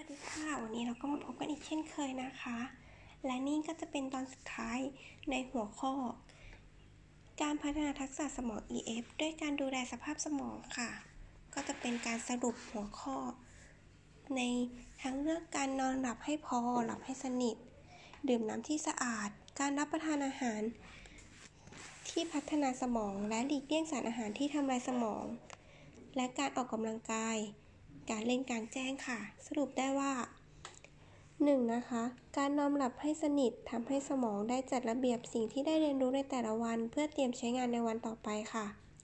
ดีค่ะวันนี้เราก็มาพบกันอีกเช่นเคยนะคะและนี่ก็จะเป็นตอนสุดท้ายในหัวข้อการพัฒนาทักษะสมอง EF ด้วยการดูแลสภาพสมองค่ะก็จะเป็นการสรุปหัวข้อในทั้งเรื่องการนอนหลับให้พอหลับให้สนิทดื่มน้ำที่สะอาดการรับประทานอาหารที่พัฒนาสมองและหลีกเลี่ยงสารอาหารที่ทำลายสมองและการออกกำลังกายการเล่นกลางแจ้งค่ะสรุปได้ว่า 1. นะคะการนอนหลับให้สนิททำให้สมองได้จัดระเบียบสิ่งที่ได้เรียนรู้ในแต่ละวันเพื่อเตรียมใช้งานในวันต่อไปค่ะ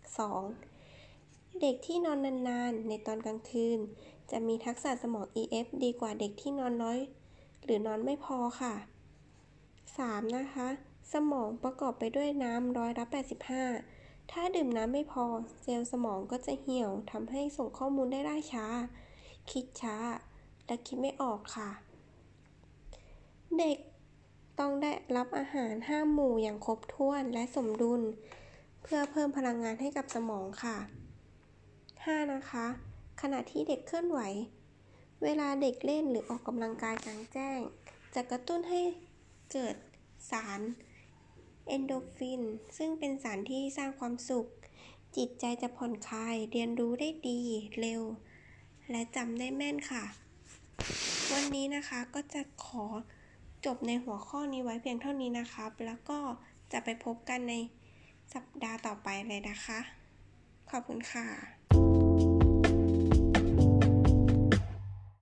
2. เด็กที่นอนนานๆในตอนกลางคืนจะมีทักษะสมอง EF ดีกว่าเด็กที่นอนน้อยหรือนอนไม่พอค่ะ 3. นะคะสมองประกอบไปด้วยน้ำ85%ถ้าดื่มน้ำไม่พอเซลล์สมองก็จะเหี่ยวทำให้ส่งข้อมูลได้ล่าช้าคิดช้าและคิดไม่ออกค่ะเด็กต้องได้รับอาหาร5 หมู่อย่างครบถ้วนและสมดุลเพื่อเพิ่มพลังงานให้กับสมองค่ะ 5. นะคะขณะที่เด็กเคลื่อนไหวเวลาเด็กเล่นหรือออกกำลังกายกลางแจ้งจะกระตุ้นให้เกิดสารเอนโดรฟินซึ่งเป็นสารที่สร้างความสุขจิตใจจะผ่อนคลายเรียนรู้ได้ดีเร็วและจำได้แม่นค่ะวันนี้นะคะก็จะขอจบในหัวข้อนี้ไว้เพียงเท่านี้นะครับแล้วก็จะไปพบกันในสัปดาห์ต่อไปเลยนะคะขอบคุณค่ะ